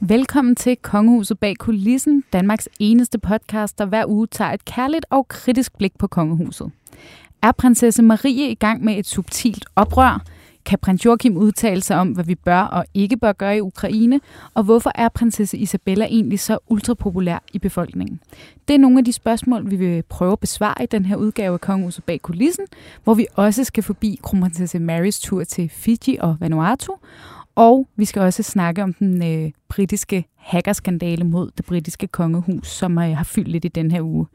Velkommen til Kongehuset bag kulissen, Danmarks eneste podcast, der hver uge tager et kærligt og kritisk blik på kongehuset. Er prinsesse Marie i gang med et subtilt oprør? Kan prins Joachim udtale sig om, hvad vi bør og ikke bør gøre i Ukraine? Og hvorfor er prinsesse Isabella egentlig så ultrapopulær i befolkningen? Det er nogle af de spørgsmål, vi vil prøve at besvare i den her udgave af Kongehuset bag kulissen, hvor vi også skal forbi kronprinsesse Marys tur til Fiji og Vanuatu. Og vi skal også snakke om den britiske hackerskandale mod det britiske kongehus, som har fyldt lidt i den her uge.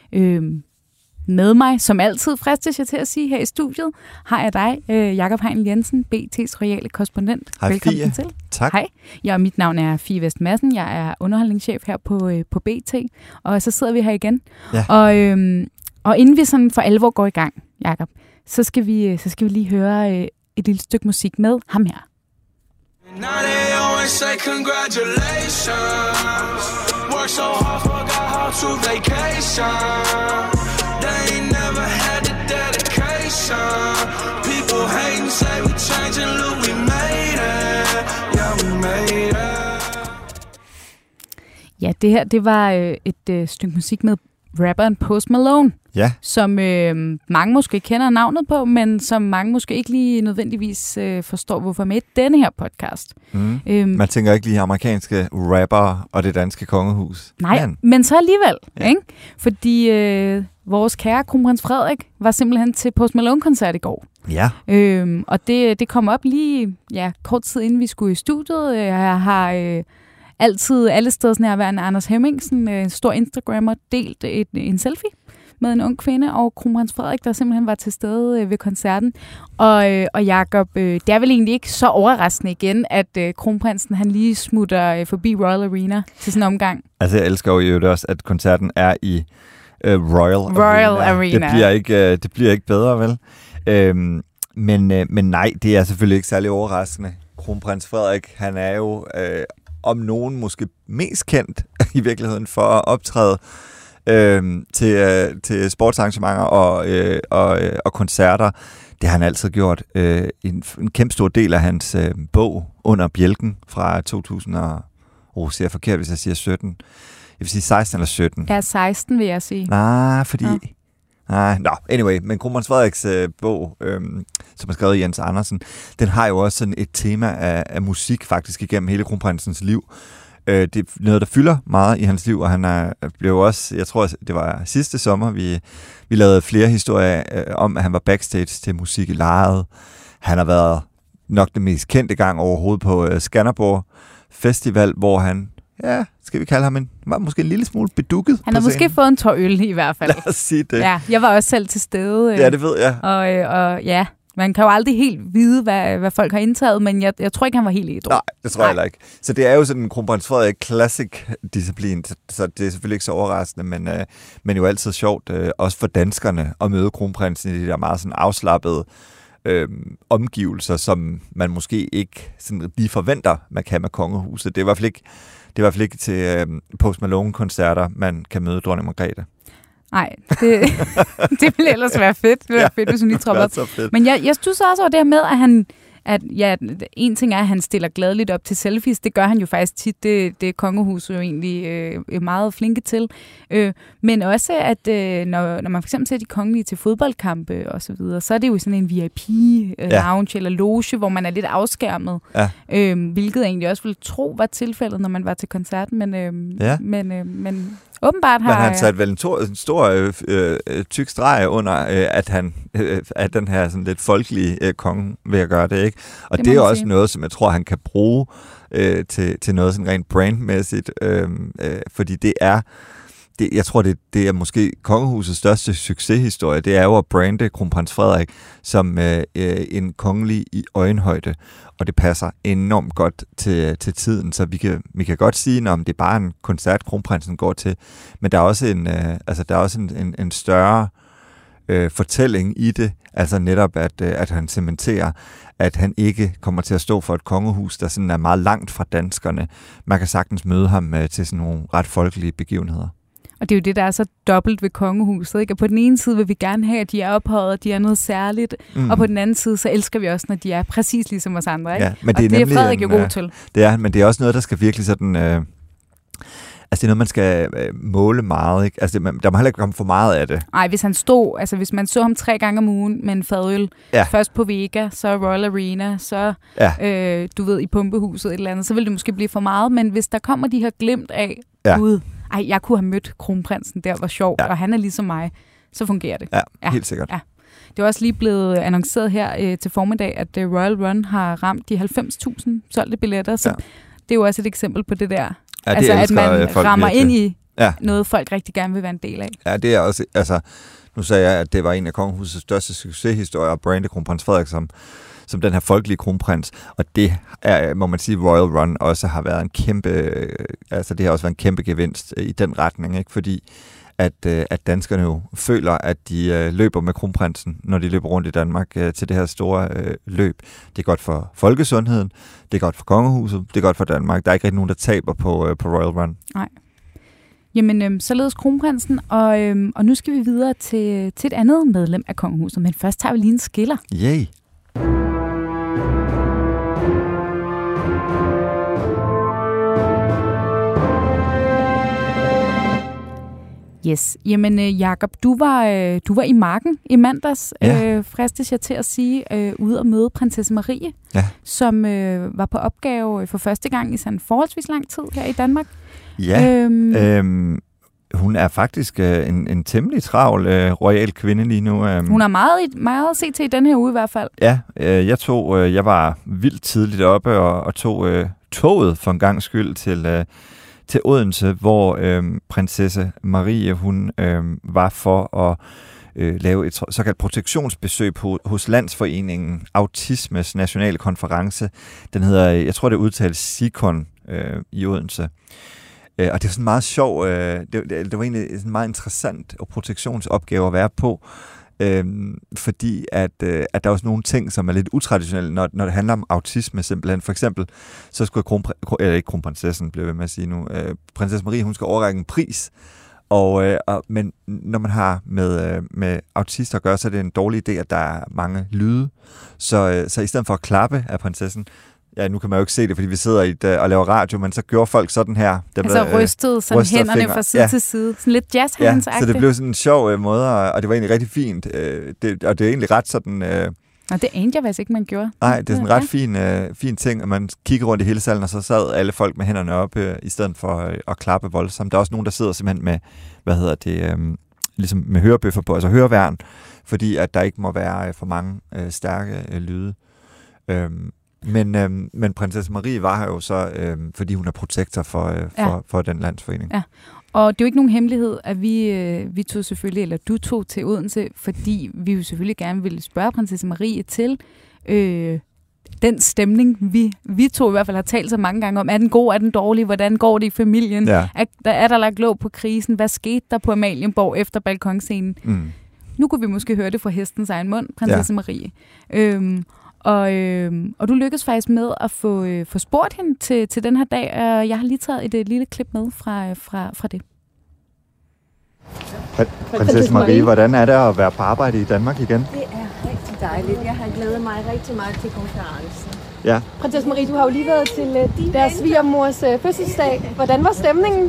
Med mig, som altid fristes jeg til at sige her i studiet, har jeg dig, Jakob Heinl Jensen, BT's royale korrespondent. Hej, velkommen Fie. til. Tak. Hej. Ja, mit navn er Fie Vest Madsen. Jeg er underholdningschef her på BT, og så sidder vi her igen. Ja. Og inden vi sådan for alvor går i gang, Jakob, så skal vi lige høre et lille stykke musik med ham her. Now they always say congratulations. Work so hard, forgot how to vacation. They ain't never had the dedication. People hate and say we changing, look we made it. Yeah, we made it. Ja, det her, det var et stykke musik med rapperen Post Malone. Ja. Som mange måske kender navnet på, men som mange måske ikke lige nødvendigvis forstår, hvorfor med i denne her podcast. Man tænker ikke lige amerikanske rapper og det danske kongehus. Nej, men så alligevel. Ja. Ikke? Fordi vores kære kronprins Frederik var simpelthen til Post Malone-koncert i går. Ja. Og det kom op lige kort tid inden vi skulle i studiet. Jeg har altid alle steder nærværende Anders Hemmingsen, en stor Instagrammer, delt en selfie med en ung kvinde, og kronprins Frederik, der simpelthen var til stede ved koncerten. Og Jakob, det er vel egentlig ikke så overraskende igen, at kronprinsen han lige smutter forbi Royal Arena til sådan en omgang. Altså, jeg elsker jo også, at koncerten er i Royal Arena. Det bliver ikke bedre, vel? Men nej, det er selvfølgelig ikke særlig overraskende. Kronprins Frederik, han er jo om nogen måske mest kendt i virkeligheden for at optræde til sportsarrangementer og koncerter. Det har han altid gjort. En kæmpe stor del af hans bog Under bjælken fra 2000 og siger jeg forkert, hvis jeg siger 17. Jeg vil sige 16 eller 17. Ja, 16 vil jeg sige. Nej, fordi... Anyway, men kronprins Frederiks bog, som er skrevet af Jens Andersen, den har jo også sådan et tema af musik faktisk igennem hele kronprinsens liv. Det er noget, der fylder meget i hans liv, og han blev også, jeg tror, det var sidste sommer, vi lavede flere historier om, at han var backstage til musik i lejet. Han har været nok det mest kendte gang overhovedet på Skanderborg Festival, hvor han, skal vi kalde ham var måske en lille smule bedukket. Han har måske fået en tår øl i hvert fald. Lad os sige det. Ja, jeg var også selv til stede. Ja, det ved jeg. Og ja, man kan jo aldrig helt vide, hvad folk har indtaget, men jeg tror ikke, han var helt ædru. Nej, det tror jeg heller ikke. Så det er jo sådan en kronprins Frederik classic-disciplin, så det er selvfølgelig ikke så overraskende, men jo altid sjovt, også for danskerne, at møde kronprinsen i de der meget sådan afslappede omgivelser, som man måske ikke sådan lige forventer, man kan med kongehuset. Det er i hvert fald ikke til Post Malone-koncerter, man kan møde dronning Margrethe. Nej, det ville ellers være fedt. Det ville være fedt, hvis hun lige tropper op. Men jeg synes også over det her med, en ting er, at han stiller gladeligt op til selfies. Det gør han jo faktisk tit. Det er kongehuset jo egentlig meget flinke til. Men også, at når man for eksempel ser de kongelige til fodboldkampe og så videre, så er det jo sådan en VIP-lounge eller loge, hvor man er lidt afskærmet. Ja. Hvilket jeg egentlig også ville tro var tilfældet, når man var til koncerten. Men åbenbart har... Men han satte vel en stor tyk streg under, at han er den her sådan lidt folkelige konge ved at gøre det, ikke? Og det er også noget, som jeg tror, han kan bruge til noget sådan rent brandmæssigt, fordi jeg tror, det er måske kongehusets største succeshistorie. Det er jo at brande kronprins Frederik som en kongelig i øjenhøjde, og det passer enormt godt til tiden, så vi kan godt sige, om det er bare en koncert, kronprinsen går til, men der er også en større fortælling i det, altså netop, at han cementerer, at han ikke kommer til at stå for et kongehus, der sådan er meget langt fra danskerne. Man kan sagtens møde ham til sådan nogle ret folkelige begivenheder. Og det er jo det, der er så dobbelt ved kongehuset, ikke? Og på den ene side vil vi gerne have, at de er ophøjet, de er noget særligt, og på den anden side, så elsker vi også, når de er præcis ligesom os andre, ikke? Ja, men det er nemlig Frederik jo god til. Det er, men det er også noget, der skal virkelig sådan... altså, det er noget, man skal måle meget, ikke? Altså, der må heller ikke komme for meget af det. Nej, hvis man så ham 3 gange om ugen med en fadøl, først på Vega, så Royal Arena, så du ved, i Pumpehuset et eller andet, så vil det måske blive for meget, men hvis der kommer de her glimt af, gud, jeg kunne have mødt kronprinsen der, var sjov, og han er ligesom mig, så fungerer det. Ja, helt sikkert. Ja. Det er også lige blevet annonceret her til formiddag, at Royal Run har ramt de 90.000 solgte billetter, så det er jo også et eksempel på det der. Ja, altså, at man rammer ind i noget, folk rigtig gerne vil være en del af. Ja, det er også, altså, nu sagde jeg, at det var en af kongehusets største succeshistorier, at brande kronprins Frederik som den her folkelige kronprins, og det er, må man sige, Royal Run også har været en kæmpe, altså det har også været en kæmpe gevinst i den retning, ikke? Fordi at danskerne jo føler, at de løber med kronprinsen, når de løber rundt i Danmark til det her store løb. Det er godt for folkesundheden, det er godt for kongehuset, det er godt for Danmark. Der er ikke rigtig nogen, der taber på Royal Run. Nej. Jamen, således kronprinsen, og nu skal vi videre til et andet medlem af kongehuset, men først tager vi lige en skiller. Yay! Yes. Jamen, Jakob, du var i Marken i mandags, fristes jeg til at sige, ude at møde prinsesse Marie, som var på opgave for første gang i sådan forholdsvis lang tid her i Danmark. Ja, hun er faktisk en temmelig travl royal kvinde lige nu. Hun har meget at se til i den her uge i hvert fald. Ja, jeg var vildt tidligt oppe og tog toget for en gang skyld til Odense, hvor prinsesse Marie, hun var for at lave et såkaldt protektionsbesøg hos Landsforeningen Autismes nationale konference. Den hedder, jeg tror det udtales SIKON i Odense. Og det er sådan meget sjov, det var egentlig en meget interessant protektionsopgave at være på, fordi at der er også nogle ting, som er lidt utraditionelle, når det handler om autisme simpelthen. For eksempel, så skulle ikke kronprinsessen, bliver ved med at sige nu, prinsesse Marie, hun skal overrække en pris, men når man har med autister at gøre, så er det en dårlig idé, at der er mange lyde. Så i stedet for at klappe af prinsessen, ja, nu kan man jo ikke se det, fordi vi sidder og laver radio, men så gjorde folk sådan her. Rystede sådan hænderne fra side til side. Sådan lidt jazzhands-agtigt. Ja, så det blev sådan en sjov måde, og det var egentlig rigtig fint. Og det er egentlig ret sådan... Og det anede jeg faktisk ikke, man gjorde. Nej, det er sådan en ret fin ting, at man kigger rundt i hele salen, og så sad alle folk med hænderne oppe, i stedet for at klappe voldsomt. Der er også nogen, der sidder simpelthen med, ligesom med hørebøffer på, altså høreværn, fordi at der ikke må være for mange stærke lyde. Men prinsesse Marie var her jo så, fordi hun er protektor for den landsforening. Ja. Og det er jo ikke nogen hemmelighed, at vi tog selvfølgelig, eller du tog til Odense, fordi vi jo selvfølgelig gerne ville spørge prinsesse Marie til den stemning, vi to i hvert fald har talt så mange gange om. Er den god, er den dårlig? Hvordan går det i familien? Ja. Er der lagt låg på krisen? Hvad skete der på Amalienborg efter balkonscenen? Nu kunne vi måske høre det fra hestens egen mund, prinsesse Marie. Og du lykkedes faktisk med at få spurgt hende til den her dag, og jeg har lige taget et lille klip med fra det. Prinsesse Marie, hvordan er det at være på arbejde i Danmark igen? Det er rigtig dejligt. Jeg har glædet mig rigtig meget til konferencen. Ja. Prinsesse Marie, du har jo lige været til deres svigermors fødselsdag. Hvordan var stemningen?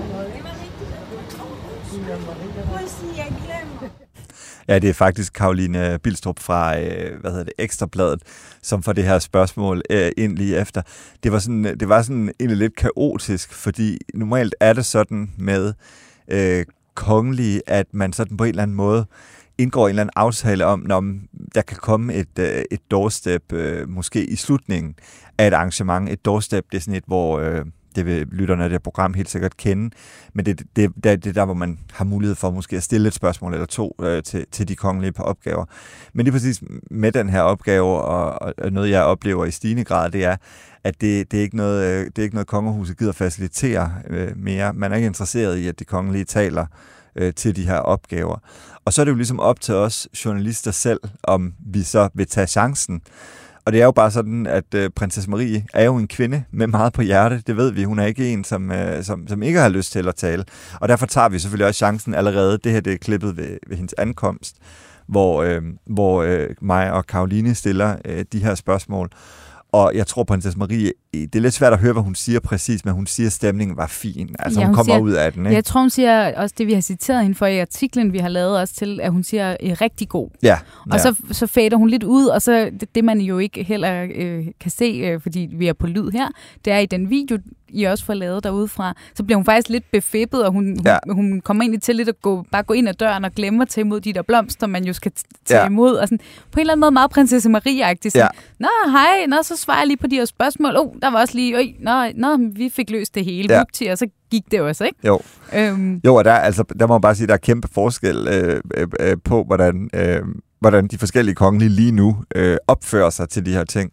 Ja, det er faktisk Caroline Bilstrup fra Ekstrabladet, som får det her spørgsmål ind lige efter. Det var sådan egentlig lidt kaotisk, fordi normalt er det sådan med kongelige, at man sådan på en eller anden måde indgår en eller anden aftale om, når der kan komme et doorstep, måske i slutningen af et arrangement. Et doorstep, det er sådan et, hvor det vil lytterne af det program helt sikkert kende, men det er der, hvor man har mulighed for måske at stille et spørgsmål eller to til de kongelige på opgaver. Men det er præcis med den her opgave, og noget, jeg oplever i stigende grad, det er, at det er ikke noget kongehuset gider facilitere mere. Man er ikke interesseret i, at de kongelige taler til de her opgaver. Og så er det jo ligesom op til os journalister selv, om vi så vil tage chancen Og det er jo bare sådan, at prinsesse Marie er jo en kvinde med meget på hjerte. Det ved vi. Hun er ikke en, som ikke har lyst til at tale. Og derfor tager vi selvfølgelig også chancen allerede. Det her det er klippet ved hendes ankomst, hvor mig og Caroline stiller de her spørgsmål. Og jeg tror, prinsesse Marie, det er lidt svært at høre, hvad hun siger præcis, men hun siger, at stemningen var fin. Altså, hun kommer ud af den, ikke? Jeg tror, hun siger også det, vi har citeret hende for i artiklen, vi har lavet også til, at hun siger rigtig god. Ja. Og så fader hun lidt ud, og så det man jo ikke heller kan se, fordi vi er på lyd her, det er i den video, I også får lavet derudefra, så bliver hun faktisk lidt befippet, og hun kommer egentlig til lidt at bare gå ind ad døren og glemme at tage imod de der blomster, man jo skal tage imod. Og sådan, på en eller anden måde meget prinsesse Marie-agtig. Ja. Nå, hej, så svarer jeg lige på de her spørgsmål. Der var også lige, vi fik løst det hele, og så gik det også, ikke? Jo, jo, og der må man bare sige, der er kæmpe forskel på, hvordan de forskellige kongelige lige nu opfører sig til de her ting.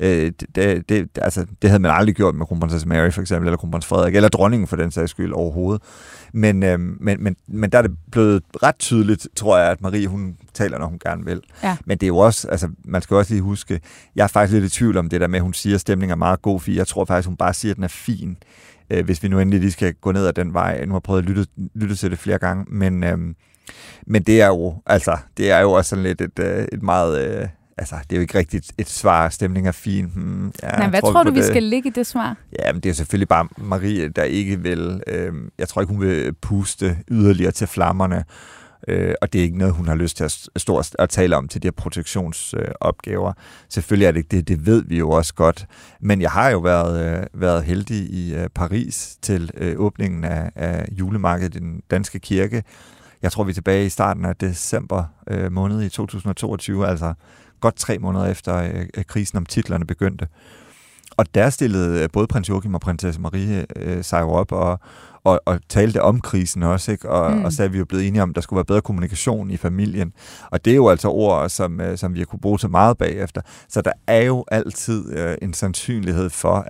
Det havde man aldrig gjort med kronprinsesse Mary for eksempel, eller kronprins Frederik, eller dronningen for den sags skyld overhovedet. Men der er det blevet ret tydeligt, tror jeg, at Marie, hun taler, når hun gerne vil. Ja. Men det er jo også, altså man skal også lige huske, jeg er faktisk lidt i tvivl om det der med, at hun siger, at stemningen er meget god, for jeg tror faktisk, hun bare siger, at den er fin, hvis vi nu endelig lige skal gå ned ad den vej. Nu har jeg prøvet at lytte til det flere gange, men det er jo også sådan lidt et meget... det er jo ikke rigtigt et svar. Stemningen er fin. Hvad tror du, vi skal ligge i det svar? Ja, men det er selvfølgelig bare Marie, der ikke vil... jeg tror ikke, hun vil puste yderligere til flammerne. Og det er ikke noget, hun har lyst til at stå og tale om til de her protektionsopgaver. Selvfølgelig er det ikke det ved vi jo også godt. Men jeg har jo været heldig i Paris til åbningen af julemarkedet i den danske kirke. Jeg tror, vi er tilbage i starten af december måned i 2022, altså godt 3 måneder efter krisen om titlerne begyndte. Og der stillede både prins Joachim og prinsesse Marie sig op og talte om krisen også, ikke? Og sagde, at vi er blevet enige om, at der skulle være bedre kommunikation i familien. Og det er jo altså ord, som vi har kunne bruge så meget bagefter. Så der er jo altid en sandsynlighed for,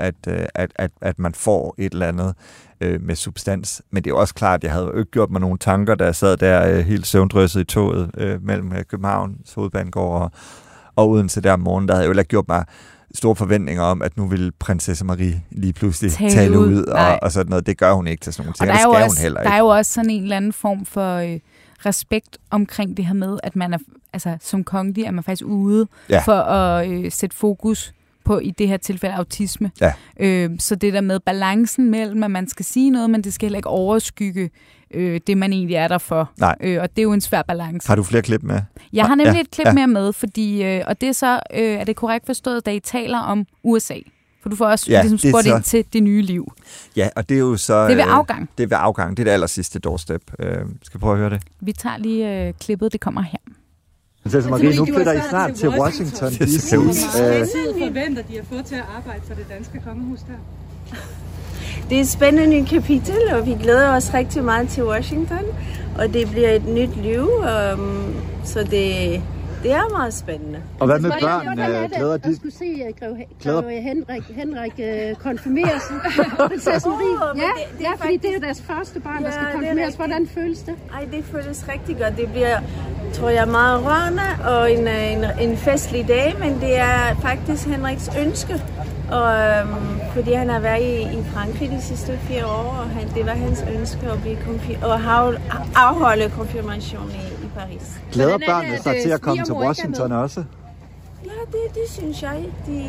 at man får et eller andet med substans. Men det er jo også klart, at jeg havde jo ikke gjort mig nogle tanker, da jeg sad der helt søvndrysset i toget mellem Københavns Hovedbanegård og Odense der om morgenen. Der havde jeg jo ikke gjort mig store forventninger om, at nu vil prinsesse Marie lige pludselig tale ud og sådan noget. Det gør hun ikke til sådan nogle ting, og det skal hun heller ikke. Der er jo også sådan en eller anden form for respekt omkring det her med, at man er, som kongelig, er man faktisk ude for at sætte fokus på, i det her tilfælde, autisme. Ja. Så det der med balancen mellem, at man skal sige noget, men det skal heller ikke overskygge det, man egentlig er der for. Og det er jo en svær balance. Har du flere klip med? Jeg har nemlig et klip mere med, fordi, og det er så, er det korrekt forstået, da I taler om USA? For du får også ligesom spurgt ind til det nye liv. Ja, og det er jo så... Det er ved afgang. Det er ved afgang. Det er det aller sidste doorstep. Skal vi prøve at høre det? Vi tager lige klippet. Det kommer her. Prinsesse Marie, nu flytter I snart til Washington DC. Hvad tid forventer de at få til at arbejde for det danske kongehus der? Det er et spændende kapitel, og vi glæder os rigtig meget til Washington. Og det bliver et nyt liv, så det er meget spændende. Og hvad med børn? Glæder de? Jeg skulle se greve Henrik konfirmeres. Prinsesse Marie. Ja, fordi det er deres første barn, der skal konfirmeres. Hvordan føles det? Det føles rigtig godt. Det bliver, tror jeg, meget rørende og en festlig dag, men det er faktisk Henriks ønske. Og fordi han har været i Frankrig de sidste 4 år, og det var hans ønske at blive afholde konfirmation i Paris. Glæder børnene sig til at komme til Washington også? Ja, det synes jeg.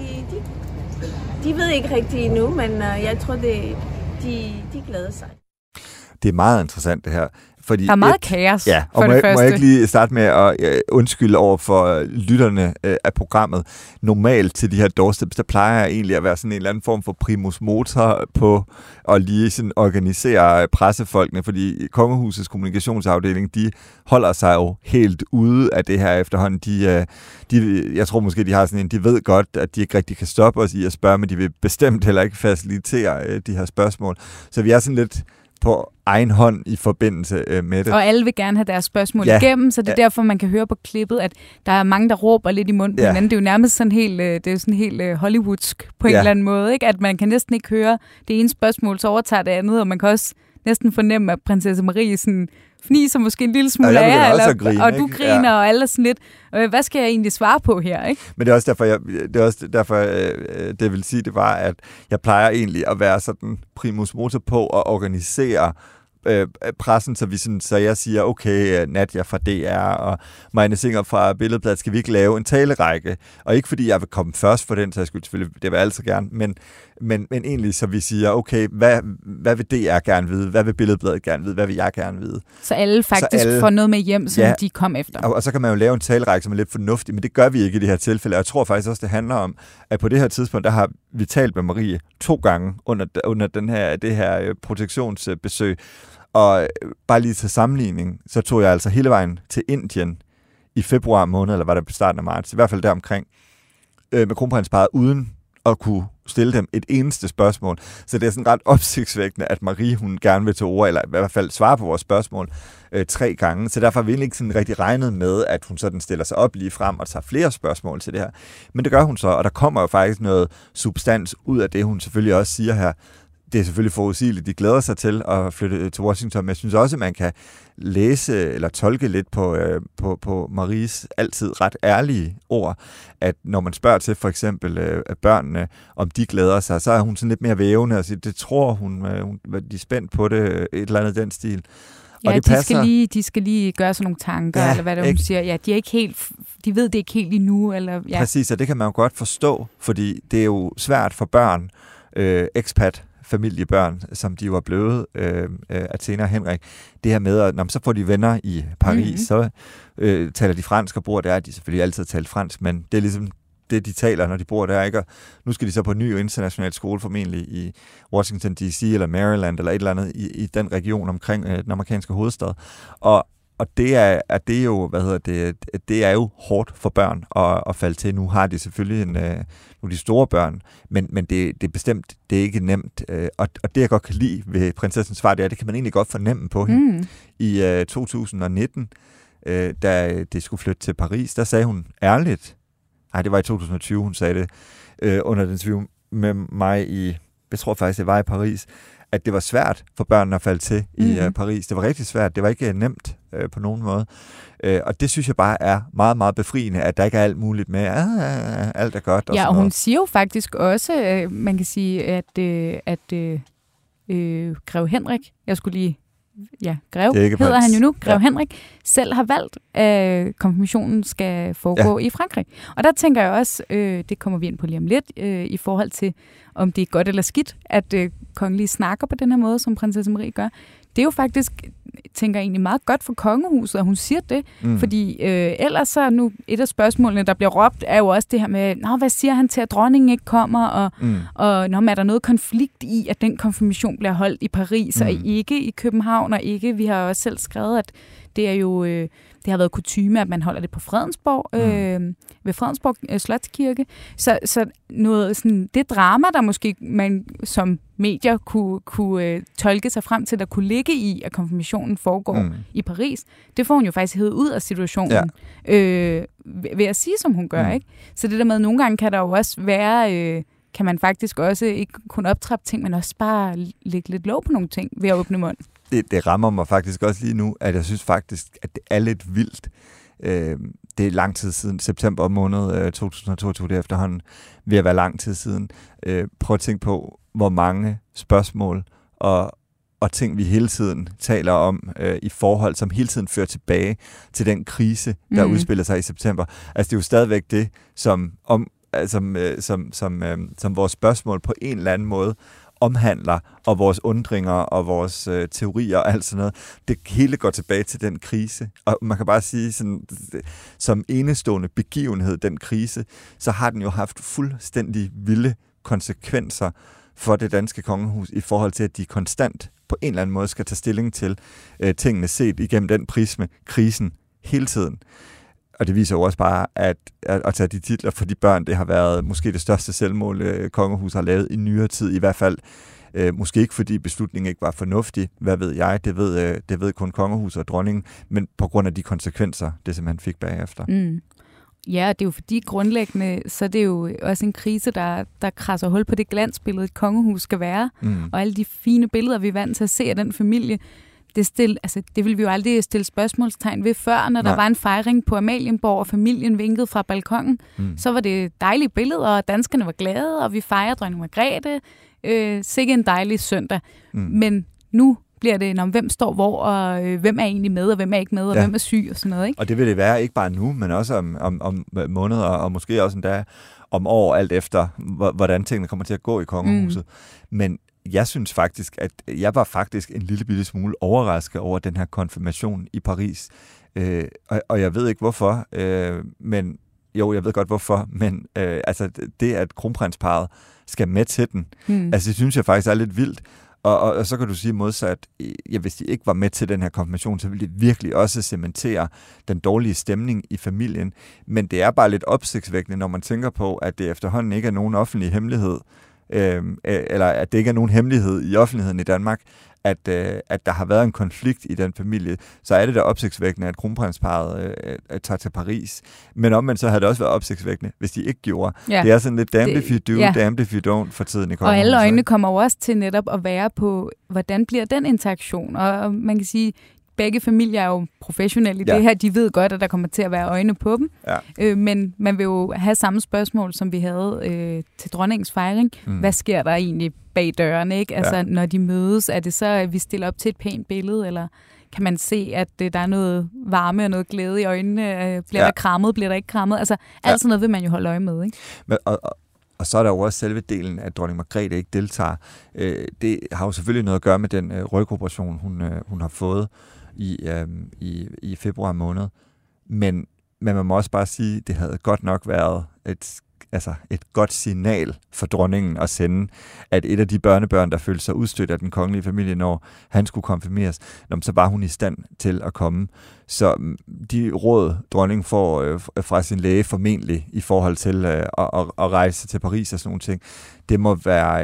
De ved ikke rigtigt endnu, men jeg tror, de glæder sig. Det er meget interessant det her. Fordi der er meget kaos og må jeg ikke lige starte med at undskylde over for lytterne af programmet. Normalt til de her doorsteps, der plejer jeg egentlig at være sådan en eller anden form for primus motor på at lige sådan organisere pressefolkene, fordi kongehusets kommunikationsafdeling, de holder sig jo helt ude af det her efterhånden. Jeg tror måske, de har sådan en, de ved godt, at de ikke rigtig kan stoppe os i at spørge, men de vil bestemt heller ikke facilitere de her spørgsmål. Så vi er sådan lidt på egen hånd i forbindelse med det. Og alle vil gerne have deres spørgsmål igennem, så det er derfor, man kan høre på klippet, at der er mange, der råber lidt i munden på hinanden. Det er jo nærmest sådan helt, hollywoodsk på en eller anden måde, ikke? At man kan næsten ikke høre det ene spørgsmål, så overtager det andet, og man kan også næsten fornemme, at prinsesse Marie sådan fniser måske en lille smule af jer, grine, og du griner, og alle er sådan lidt, hvad skal jeg egentlig svare på her, ikke? Men det er også derfor, det vil sige, det var, at jeg plejer egentlig at være sådan primus motor på at organisere pressen, så jeg siger, okay, Nadia fra DR og Marianne Singer fra Billedbladet, skal vi ikke lave en talerække? Og ikke fordi jeg vil komme først for den, så jeg skulle selvfølgelig, det vil jeg altid gerne, men egentlig så vi siger, okay, hvad vil DR gerne vide? Hvad vil Billedbladet gerne vide? Hvad vil jeg gerne vide? Så alle faktisk får noget med hjem, som de kom efter. Og så kan man jo lave en talerække, som er lidt fornuftig, men det gør vi ikke i det her tilfælde. Og jeg tror faktisk også, det handler om, at på det her tidspunkt, der har vi talt med Marie 2 gange under det her protektionsbesøg. Og bare lige til sammenligning, så tog jeg altså hele vejen til Indien i februar måned, eller var det på starten af marts, i hvert fald deromkring, med kronprinsparet, uden at kunne stille dem et eneste spørgsmål. Så det er sådan ret opsigtsvækkende, at Marie, hun gerne vil til ord, eller i hvert fald svare på vores spørgsmål 3 gange. Så derfor har vi egentlig ikke sådan rigtig regnet med, at hun sådan stiller sig op lige frem og tager flere spørgsmål til det her. Men det gør hun så, og der kommer jo faktisk noget substans ud af det, hun selvfølgelig også siger her. Det er selvfølgelig forudsigeligt, de glæder sig til at flytte til Washington, men jeg synes også, at man kan læse eller tolke lidt på Maries altid ret ærlige ord, at når man spørger til for eksempel børnene, om de glæder sig, så er hun sådan lidt mere vævende og siger, det tror hun de er spændt på det, et eller andet den stil. Ja, og det de skal lige gøre sådan nogle tanker, eller hvad det hun siger. Ja, de er ikke helt, de ved det ikke helt endnu. Eller, ja. Præcis, og det kan man jo godt forstå, fordi det er jo svært for børn, expat, familiebørn, som de var blevet, Athena og Henrik, det her med, at når så får de venner i Paris, så taler de fransk og bor der, de selvfølgelig altid talt fransk, men det er ligesom det, de taler, når de bor der, ikke? Og nu skal de så på en ny international skole, formentlig i Washington D.C. eller Maryland, eller et eller andet i den region omkring den amerikanske hovedstad. Og det er jo, det er jo hårdt for børn at falde til. Nu har de selvfølgelig nu de store børn, men det er bestemt, det er ikke nemt. Og det jeg godt kan lide ved prinsessens svar, det kan man egentlig godt fornemme på hende. I 2019, da det skulle flytte til Paris, der sagde hun ærligt, nej, det var i 2020, hun sagde det, under den interview med mig jeg tror faktisk, det var i Paris, at det var svært for børnene at falde til i Paris. Det var rigtig svært. Det var ikke nemt på nogen måde. Og det synes jeg bare er meget, meget befriende, at der ikke er alt muligt med, alt er godt. Og hun siger jo faktisk også, man kan sige, at Grev Henrik, jeg skulle lige... Ja, Grev hedder han jo nu. Grev Henrik selv har valgt, at konfirmationen skal foregå i Frankrig. Og der tænker jeg også, det kommer vi ind på lige om lidt, i forhold til, om det er godt eller skidt, at kongelige snakker på den her måde, som prinsesse Marie gør. Det er jo faktisk, tænker jeg egentlig meget godt for kongehuset, at hun siger det. Fordi ellers så nu, et af spørgsmålene, der bliver råbt, er jo også det her med, hvad siger han til, at dronningen ikke kommer, og er der noget konflikt i, at den konfirmation bliver holdt i Paris, og ikke i København, og ikke, vi har også selv skrevet, at det er jo, det har været kutyme, at man holder det på Fredensborg, ved Fredensborg Slotskirke. Så noget sådan, det drama, der måske man som medier kunne tolke sig frem til, der kunne ligge i, at konfirmationen foregår i Paris, det får hun jo faktisk hævet ud af situationen, ved at sige, som hun gør, ikke? Så det der med, at nogle gange kan der jo også være... kan man faktisk også ikke kun optrappe ting, men også bare lægge lidt låg på nogle ting ved at åbne mund. Det rammer mig faktisk også lige nu, at jeg synes faktisk, at det er lidt vildt. Det er lang tid siden, september måned 2022, det er efterhånden ved at være lang tid siden. Prøv at tænke på, hvor mange spørgsmål og ting, vi hele tiden taler om i forhold, som hele tiden fører tilbage til den krise, der udspiller sig i september. Altså det er jo stadigvæk det, som vores spørgsmål på en eller anden måde omhandler, og vores undringer og vores teorier og alt sådan noget. Det hele går tilbage til den krise. Og man kan bare sige, sådan, som enestående begivenhed, den krise, så har den jo haft fuldstændig vilde konsekvenser for det danske kongehus i forhold til, at de konstant på en eller anden måde skal tage stilling til tingene set igennem den prisme, krisen hele tiden. Og det viser jo også bare, at tage de titler for de børn, det har været måske det største selvmål, kongehus har lavet i nyere tid, i hvert fald. Måske ikke, fordi beslutningen ikke var fornuftig, hvad ved jeg, det ved kun kongehus og dronningen, men på grund af de konsekvenser, det simpelthen fik bagefter. Ja, det er jo fordi grundlæggende, så det er jo også en krise, der krasser hul på det glansbillede, et kongehus skal være, og alle de fine billeder, vi er vant til at se af den familie, det ville vi jo aldrig stille spørgsmålstegn ved før, når der var en fejring på Amalienborg, og familien vinkede fra balkongen. Så var det dejlige billeder, og danskerne var glade, og vi fejrede dronning Margrethe. Sikke en dejlig søndag. Men nu bliver det om hvem står hvor, og hvem er egentlig med, og hvem er ikke med, og hvem er syg, og sådan noget. Ikke? Og det vil det være ikke bare nu, men også om måneder, og måske også endda om år, alt efter, hvordan tingene kommer til at gå i kongehuset. Men jeg synes faktisk, at jeg var faktisk en lille bitte smule overrasket over den her konfirmation i Paris. Og jeg ved ikke hvorfor, men jo, jeg ved godt hvorfor, men altså det, at kronprinsparret skal med til den, altså det synes jeg faktisk er lidt vildt. Og så kan du sige modsat, hvis de ikke var med til den her konfirmation, så ville det virkelig også cementere den dårlige stemning i familien. Men det er bare lidt opsigtsvækkende, når man tænker på, at det efterhånden ikke er nogen offentlig hemmelighed, eller at det ikke er nogen hemmelighed i offentligheden i Danmark, at der har været en konflikt i den familie, så er det da opsigtsvækkende, at kronprinsparret tager til Paris. Men omvendt så havde det også været opsigtsvækkende, hvis de ikke gjorde. Ja. Det er sådan lidt damned if you do, damned if you don't for tiden i kongehuset. Og alle øjnene kommer jo også til netop at være på, hvordan bliver den interaktion. Og man kan sige, begge familier er jo professionelle i det her. De ved godt, at der kommer til at være øjne på dem. Ja. Men man vil jo have samme spørgsmål, som vi havde til dronningens fejring. Hvad sker der egentlig bag dørene? Ikke? Altså, når de mødes, er det så, at vi stiller op til et pænt billede, eller kan man se, at der er noget varme og noget glæde i øjnene? Bliver der krammet? Bliver der ikke krammet? Altså, alt sådan noget vil man jo holde øje med, ikke? Men, og så er der jo også selve delen, at dronning Margrethe ikke deltager. Det har jo selvfølgelig noget at gøre med den rygoperation, hun har fået i februar måned. Men man må også bare sige, at det havde godt nok været et godt signal for dronningen at sende, at et af de børnebørn, der følte sig udstødt af den kongelige familie, når han skulle konfirmeres, så var hun i stand til at komme. Så de råd, dronningen får fra sin læge formentlig i forhold til at rejse til Paris og sådan nogle ting, det må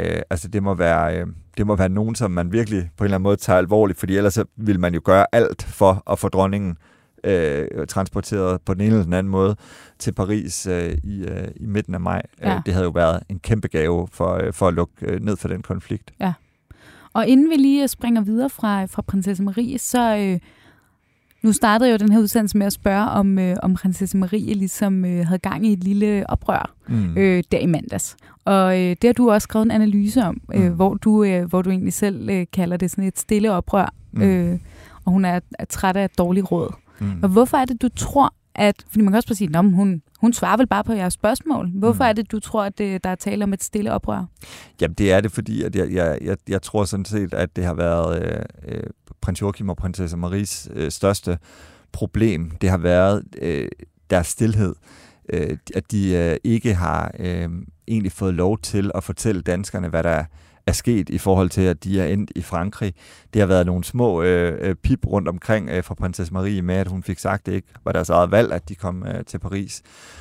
være nogen, som man virkelig på en eller anden måde tager alvorligt, fordi ellers vil man jo gøre alt for at få dronningen transporteret på den ene eller den anden måde til Paris i midten af maj. Ja. Det havde jo været en kæmpe gave for at lukke ned for den konflikt. Ja. Og inden vi lige springer videre fra prinsesse Marie, så nu startede jo den her udsendelse med at spørge, om prinsesse Marie ligesom havde gang i et lille oprør der i mandags. Og det har du også skrevet en analyse om, hvor du egentlig selv kalder det sådan et stille oprør, og hun er træt af et dårligt råd. Og hvorfor er det, du tror, fordi man kan også bare sige, at hun svarer vel bare på jeres spørgsmål. Hvorfor er det, du tror, at der er tale om et stille oprør? Jamen, det er det, fordi at jeg tror sådan set, at det har været prins Joachim og prinsesse Maries største problem. Det har været deres stilhed. At de ikke har egentlig fået lov til at fortælle danskerne, hvad der er sket i forhold til, at de er endt i Frankrig. Det har været nogle små pip rundt omkring fra prinsesse Marie med, at hun fik sagt, at det ikke var deres eget valg, at de kom til Paris,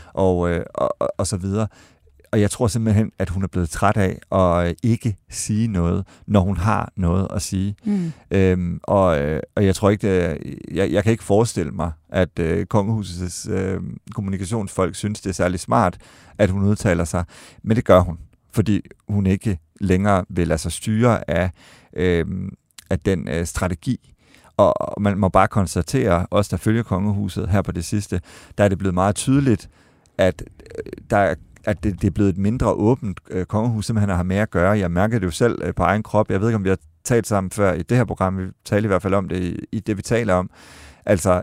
og så videre. Og jeg tror simpelthen, at hun er blevet træt af at ikke sige noget, når hun har noget at sige. Og jeg tror ikke, jeg kan ikke forestille mig, at kongehusets kommunikationsfolk synes, det er særlig smart, at hun udtaler sig. Men det gør hun, fordi hun ikke længere vil lade sig styre af den strategi. Og man må bare konstatere, også der følger kongehuset her på det sidste, der er det blevet meget tydeligt, at det er blevet et mindre åbent kongehus, som han har med at gøre. Jeg mærker det jo selv på egen krop. Jeg ved ikke, om vi har talt sammen før i det her program. Vi taler i hvert fald om det i det, vi taler om. Altså,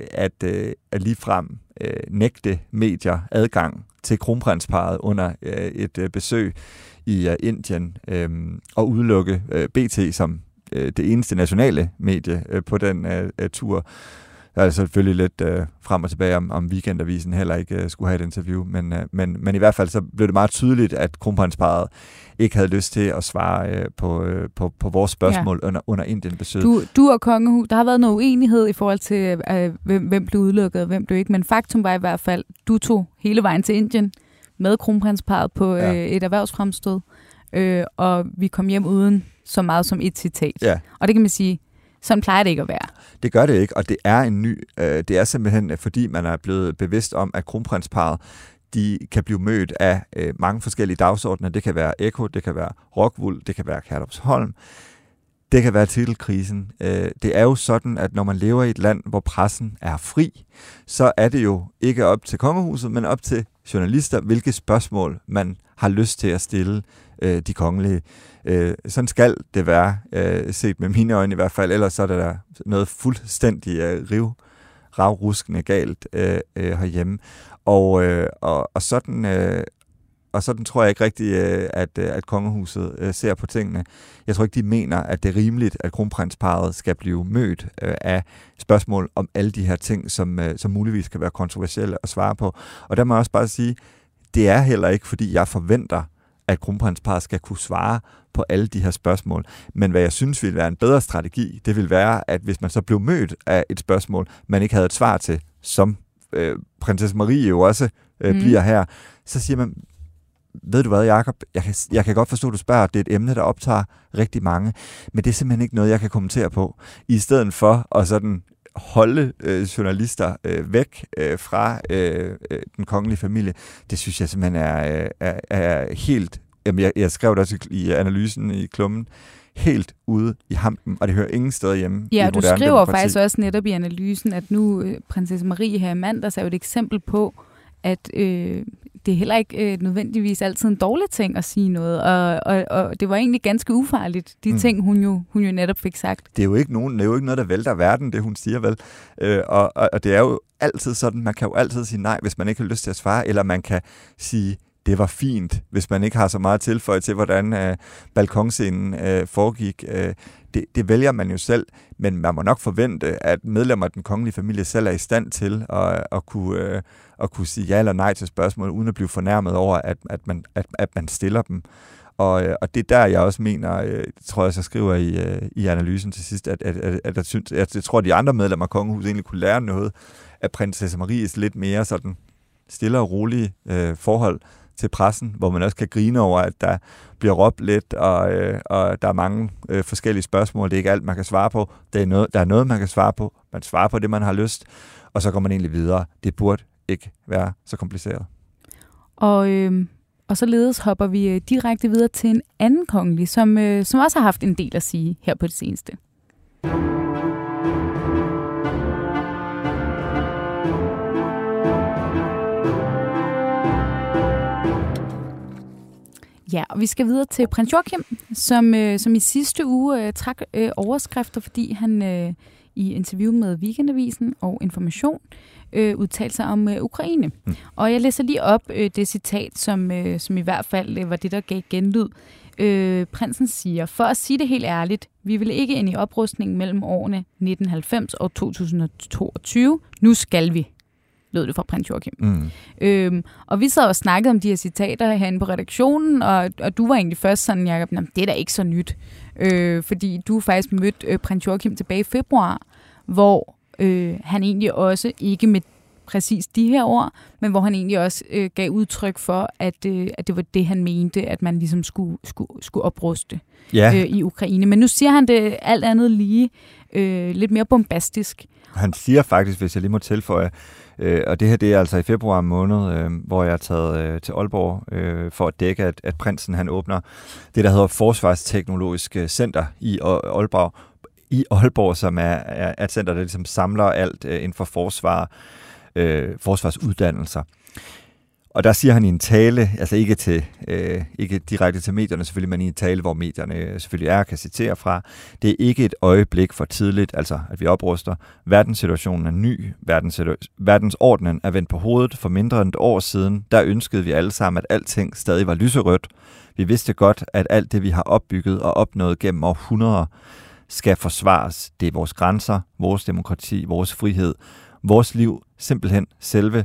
at ligefrem nægte medier adgang til kronprinsparret under et besøg i Indien og udelukke BT som det eneste nationale medie på den tur. Der er selvfølgelig lidt frem og tilbage om Weekendavisen heller ikke skulle have et interview, men i hvert fald så blev det meget tydeligt, at kronprinsparret ikke havde lyst til at svare på vores spørgsmål under Indien-besøget. Du og kongehus, der har været noget uenighed i forhold til, hvem blev udelukket og hvem blev ikke, men faktum var i hvert fald, du tog hele vejen til Indien med kronprinsparret på et erhvervsfremstød, og vi kom hjem uden så meget som et citat. Ja. Og det kan man sige, sådan plejer det ikke at være. Det gør det ikke, og det er det er simpelthen, fordi man er blevet bevidst om, at kronprinsparret, de kan blive mødt af mange forskellige dagsordner. Det kan være Ekko, det kan være Rockwool, det kan være Herlufsholm. Det kan være titelkrisen. Det er jo sådan, at når man lever i et land, hvor pressen er fri, så er det jo ikke op til kongehuset, men op til journalister, hvilke spørgsmål man har lyst til at stille de kongelige. Sådan skal det være, set med mine øjne i hvert fald, ellers så er der noget fuldstændig ravruskende galt herhjemme. Og sådan tror jeg ikke rigtigt, at kongehuset ser på tingene. Jeg tror ikke, de mener, at det er rimeligt, at kronprinsparret skal blive mødt af spørgsmål om alle de her ting, som muligvis kan være kontroversielle at svare på. Og der må jeg også bare sige, det er heller ikke, fordi jeg forventer, at kronprinsparret skal kunne svare på alle de her spørgsmål. Men hvad jeg synes ville være en bedre strategi, det vil være, at hvis man så blev mødt af et spørgsmål, man ikke havde et svar til, som prinsesse Marie jo også bliver her, så siger man, ved du hvad, Jacob, jeg kan godt forstå, at du spørger, det er et emne, der optager rigtig mange, men det er simpelthen ikke noget, jeg kan kommentere på. I stedet for at sådan holde journalister væk fra den kongelige familie, det synes jeg simpelthen er helt... Jamen, jeg skrev det også i analysen i klummen, helt ude i hampen, og det hører ingen steder hjemme i moderne demokrati. Ja, du skriver faktisk også netop i analysen, at nu prinsesse Marie her i mandags er jo et eksempel på, at det er heller ikke nødvendigvis altid en dårlig ting at sige noget, og det var egentlig ganske ufarligt, de ting, hun jo netop fik sagt. Det er jo ikke noget, der vælter verden, det hun siger vel, og det er jo altid sådan, man kan jo altid sige nej, hvis man ikke har lyst til at svare, eller man kan sige, det var fint, hvis man ikke har så meget tilføje til, hvordan balkonscenen foregik. Det vælger man jo selv, men man må nok forvente, at medlemmer af den kongelige familie selv er i stand til at kunne sige ja eller nej til spørgsmål, uden at blive fornærmet over, at man stiller dem. Og det er der, jeg også mener, tror jeg, så skriver i analysen til sidst, at jeg tror, at de andre medlemmer af kongehuset egentlig kunne lære noget af prinsesse Maries lidt mere sådan stille og rolige forhold til pressen, hvor man også kan grine over, at der bliver råbt lidt, og der er mange forskellige spørgsmål. Det er ikke alt, man kan svare på. Der er noget, man kan svare på. Man svarer på det, man har lyst, og så går man egentlig videre. Det burde ikke være så kompliceret. Og således hopper vi direkte videre til en anden kongelig, som også har haft en del at sige her på det seneste. Ja, og vi skal videre til prins Joachim, som i sidste uge trak overskrifter, fordi han i interview med Weekendavisen og Information udtalte sig om Ukraine. Og jeg læser lige op det citat, som i hvert fald var det, der gav genlyd. Prinsen siger, for at sige det helt ærligt, vi vil ikke ind i oprustningen mellem årene 1990 og 2022. Nu skal vi. Lød det fra prins Joachim. Og vi sad og snakkede om de her citater herinde på redaktionen, og du var egentlig først sådan, Jacob, det er da ikke så nyt. Fordi du faktisk mødte prins Joachim tilbage i februar, hvor han egentlig også, ikke med præcis de her ord, men hvor han egentlig også gav udtryk for, at det var det, han mente, at man ligesom skulle opruste i Ukraine. Men nu siger han det alt andet lige lidt mere bombastisk. Han siger faktisk, hvis jeg lige må tilføje, og det her det er altså i februar måned, hvor jeg er taget til Aalborg for at dække, at prinsen han åbner det, der hedder Forsvarsteknologisk Center i Aalborg, som er et center, der ligesom samler alt inden for forsvarsuddannelser. Og der siger han i en tale, altså ikke direkte til medierne selvfølgelig, men i en tale, hvor medierne selvfølgelig kan citere fra, det er ikke et øjeblik for tidligt, altså at vi opruster. Verdenssituationen er ny, verdensordenen er vendt på hovedet. For mindre end et år siden, der ønskede vi alle sammen, at alting stadig var lyserødt. Vi vidste godt, at alt det, vi har opbygget og opnået gennem århundreder, skal forsvares. Det er vores grænser, vores demokrati, vores frihed, vores liv, simpelthen selve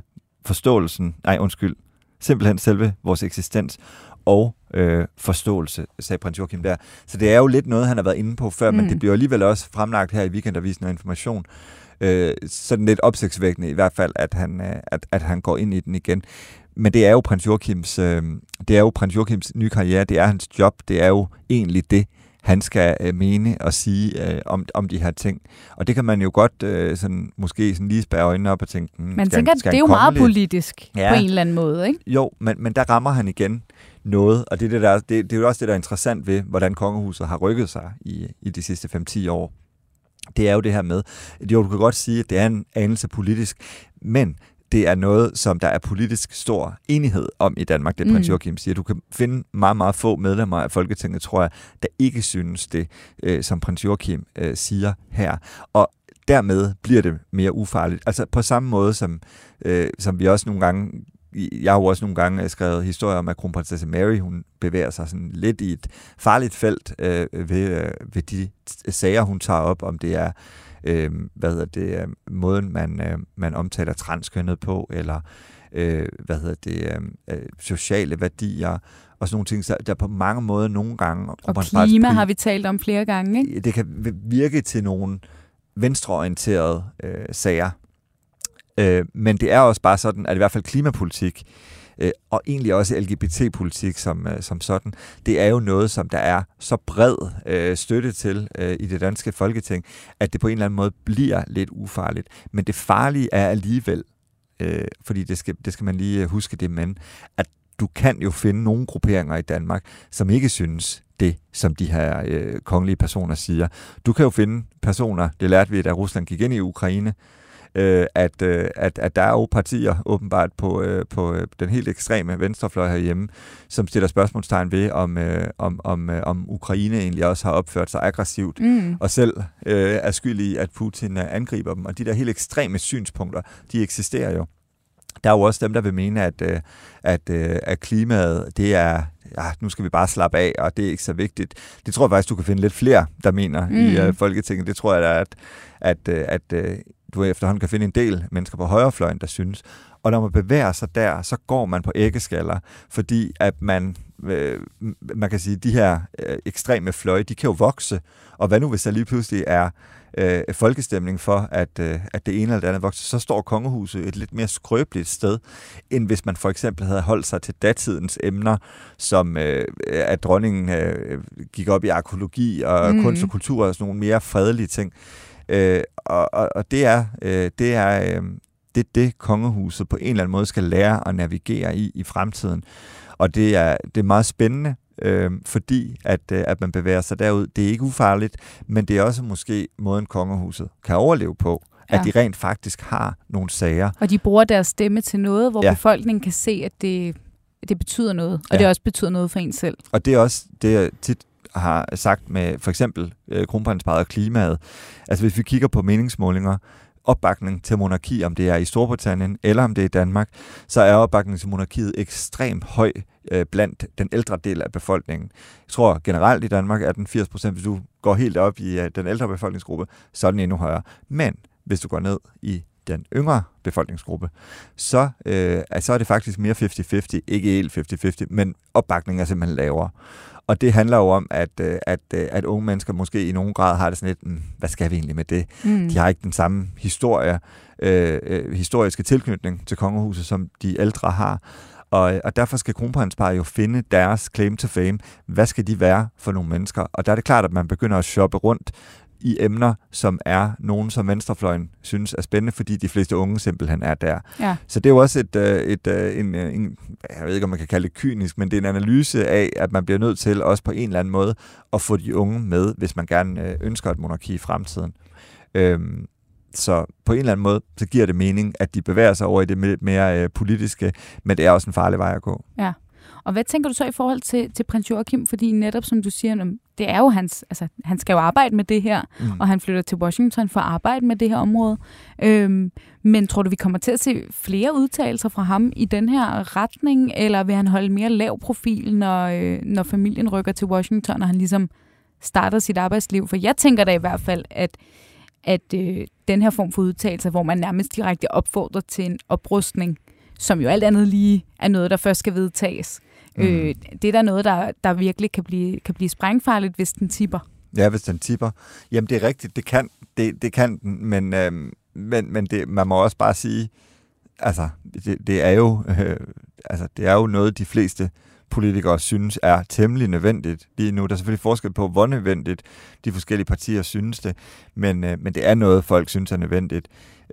vores eksistens og forståelse, sagde prins Joachim der. Så det er jo lidt noget, han har været inde på før, men det bliver alligevel også fremlagt her i Weekendavisen og Information. Sådan lidt opsigtsvækkende i hvert fald, at han går ind i den igen. Men det er jo prins Joachims nye karriere, det er hans job, det er jo egentlig det, han skal mene og sige om de her ting. Og det kan man jo godt sådan, måske sådan lige spærre øjnene op og tænke... Man tænker, det er jo meget politisk på en eller anden måde, ikke? Jo, men der rammer han igen noget, og det er jo også det, der er interessant ved, hvordan kongehuset har rykket sig i de sidste 5-10 år. Det er jo det her med, jo, du kan godt sige, at det er en anelse politisk, men det er noget, som der er politisk stor enighed om i Danmark, det prins Joachim siger. Du kan finde meget, meget få medlemmer af Folketinget, tror jeg, der ikke synes det, som prins Joachim siger her. Og dermed bliver det mere ufarligt. Altså på samme måde, som vi også nogle gange... Jeg har jo også nogle gange skrevet historier om, at kronprinsesse Mary, hun bevæger sig sådan lidt i et farligt felt ved de sager, hun tager op, om det er måden, man omtaler transkønnet på, eller sociale værdier, og sådan nogle ting, der på mange måder nogle gange... Og klima har vi talt om flere gange, ikke? Det kan virke til nogle venstreorienterede sager. Men det er også bare sådan, at i hvert fald klimapolitik, og egentlig også LGBT-politik som sådan, det er jo noget, som der er så bred støtte til i det danske Folketing, at det på en eller anden måde bliver lidt ufarligt. Men det farlige er alligevel, fordi det skal man lige huske det, men at du kan jo finde nogle grupperinger i Danmark, som ikke synes det, som de her kongelige personer siger. Du kan jo finde personer, det lærte vi, da Rusland gik ind i Ukraine, at der er jo partier åbenbart på den helt ekstreme venstrefløj herhjemme, som stiller spørgsmålstegn ved, om Ukraine egentlig også har opført sig aggressivt, og selv er skyld i, at Putin angriber dem. Og de der helt ekstreme synspunkter, de eksisterer jo. Der er jo også dem, der vil mene, at klimaet, det er, nu skal vi bare slappe af, og det er ikke så vigtigt. Det tror jeg faktisk, du kan finde lidt flere, der mener i Folketinget. Det tror jeg, at du efterhånden kan finde en del mennesker på højrefløjen, der synes. Og når man bevæger sig der, så går man på æggeskaller, fordi at man kan sige, de her ekstreme fløje, de kan jo vokse. Og hvad nu, hvis der lige pludselig er folkestemning for, at det ene eller det andet vokser, så står kongehuset et lidt mere skrøbeligt sted, end hvis man for eksempel havde holdt sig til datidens emner, som at dronningen gik op i arkæologi og kunst og kultur og sådan nogle mere fredelige ting. Og det er det kongehuset på en eller anden måde skal lære at navigere i fremtiden. Og det er meget spændende, fordi at man bevæger sig derud. Det er ikke ufarligt, men det er også måske måden kongehuset kan overleve på, at de rent faktisk har nogle sager. Og de bruger deres stemme til noget, hvor befolkningen kan se, at det betyder noget, og det også betyder noget for en selv. Og det er også det, jeg tit har sagt med for eksempel kronprinsparret og klimaet. Altså hvis vi kigger på meningsmålinger, opbakning til monarki, om det er i Storbritannien eller om det er i Danmark, så er opbakningen til monarkiet ekstremt høj blandt den ældre del af befolkningen. Jeg tror generelt i Danmark er den 80%, hvis du går helt op i den ældre befolkningsgruppe, så er den endnu højere. Men hvis du går ned i den yngre befolkningsgruppe, så er det faktisk mere 50-50, ikke helt 50-50, men opbakningen er simpelthen lavere. Og det handler jo om, at unge mennesker måske i nogen grad har det sådan lidt, hvad skal vi egentlig med det? De har ikke den samme historiske tilknytning til kongehuset, som de ældre har. Og derfor skal kronprinsparret jo finde deres claim to fame. Hvad skal de være for nogle mennesker? Og der er det klart, at man begynder at shoppe rundt i emner, som er nogen, som venstrefløjen synes er spændende, fordi de fleste unge simpelthen er der. Ja. Så det er jo også en jeg ved ikke, om man kan kalde det kynisk, men det er en analyse af, at man bliver nødt til også på en eller anden måde at få de unge med, hvis man gerne ønsker et monarki i fremtiden. Så på en eller anden måde, så giver det mening, at de bevæger sig over i det mere politiske, men det er også en farlig vej at gå. Ja. Og hvad tænker du så i forhold til prins Joachim? Fordi netop som du siger, det er jo hans, altså han skal jo arbejde med det her, og han flytter til Washington for at arbejde med det her område. Men tror du, vi kommer til at se flere udtalelser fra ham i den her retning, eller vil han holde mere lav profil, når familien rykker til Washington, og han ligesom starter sit arbejdsliv? For jeg tænker da i hvert fald, at den her form for udtalelser, hvor man nærmest direkte opfordrer til en oprustning, som jo alt andet lige er noget, der først skal vedtages. Det er da noget, der virkelig kan blive sprængfarligt, hvis den tipper. Ja, hvis den tipper. Jamen, det er rigtigt. Det kan den, men det, man må også bare sige, altså, det er jo noget, de fleste politikere synes er temmelig nødvendigt lige nu. Der er selvfølgelig forskel på, hvor nødvendigt de forskellige partier synes det, men det er noget, folk synes er nødvendigt.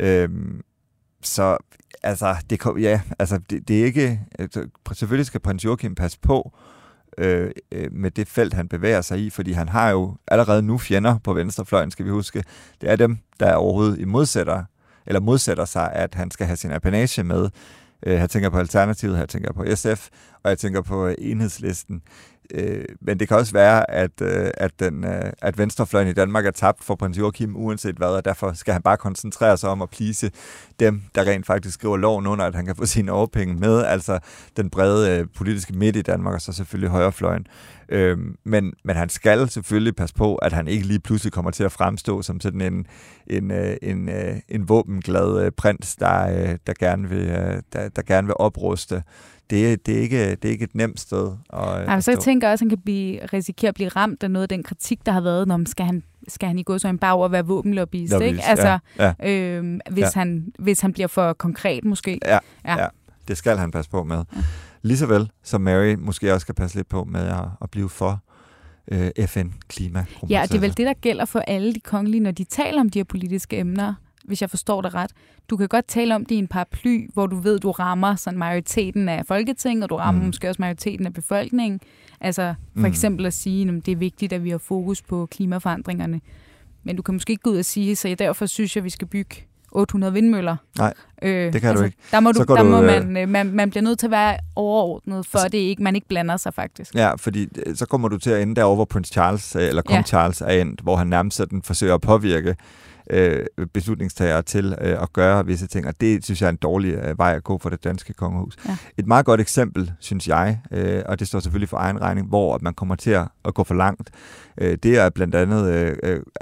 Så altså, det er ikke... Selvfølgelig skal prins Joachim passe på med det felt, han bevæger sig i, fordi han har jo allerede nu fjender på venstrefløjen, skal vi huske. Det er dem, der overhovedet modsætter sig, at han skal have sin apanage med. Jeg tænker på Alternativet, jeg tænker på SF, og jeg tænker på Enhedslisten. Men det kan også være, at venstrefløjen i Danmark er tabt for prins Joachim uanset hvad, og derfor skal han bare koncentrere sig om at please dem, der rent faktisk skriver loven under, at han kan få sine overpenge med, altså den brede politiske midt i Danmark, og så selvfølgelig højrefløjen. Men han skal selvfølgelig passe på, at han ikke lige pludselig kommer til at fremstå som sådan en våbenglad prins, der gerne vil opruste. Det er ikke et nemt sted. Så jeg tænker også, at han kan risikere at blive ramt af noget af den kritik, der har været, når skal han i gå så en bag over at være våbenlobbyist, ikke? Altså, hvis han bliver for konkret måske. Ja, det skal han passe på med. Ja. Ligesåvel som Mary måske også skal passe lidt på med at blive for FN-klima. Ja, og det er vel det, der gælder for alle de kongelige, når de taler om de her politiske emner, hvis jeg forstår det ret. Du kan godt tale om det i en paraply, hvor du ved, du rammer sådan majoriteten af Folketinget, og du rammer måske også majoriteten af befolkningen. Altså for eksempel at sige, at det er vigtigt, at vi har fokus på klimaforandringerne. Men du kan måske ikke gå ud og sige, så derfor synes jeg, at vi skal bygge 800 vindmøller. Nej, det kan du ikke. Man bliver nødt til at være overordnet, for det man ikke blander sig faktisk. Ja, fordi så kommer du til at ende derovre, hvor prins Charles, eller kong Charles er endt, hvor han nærmest sådan forsøger at påvirke beslutningstagere til at gøre visse ting, og det synes jeg er en dårlig vej at gå for det danske kongehus. Ja. Et meget godt eksempel, synes jeg, og det står selvfølgelig for egen regning, hvor man kommer til at gå for langt. Det er blandt andet,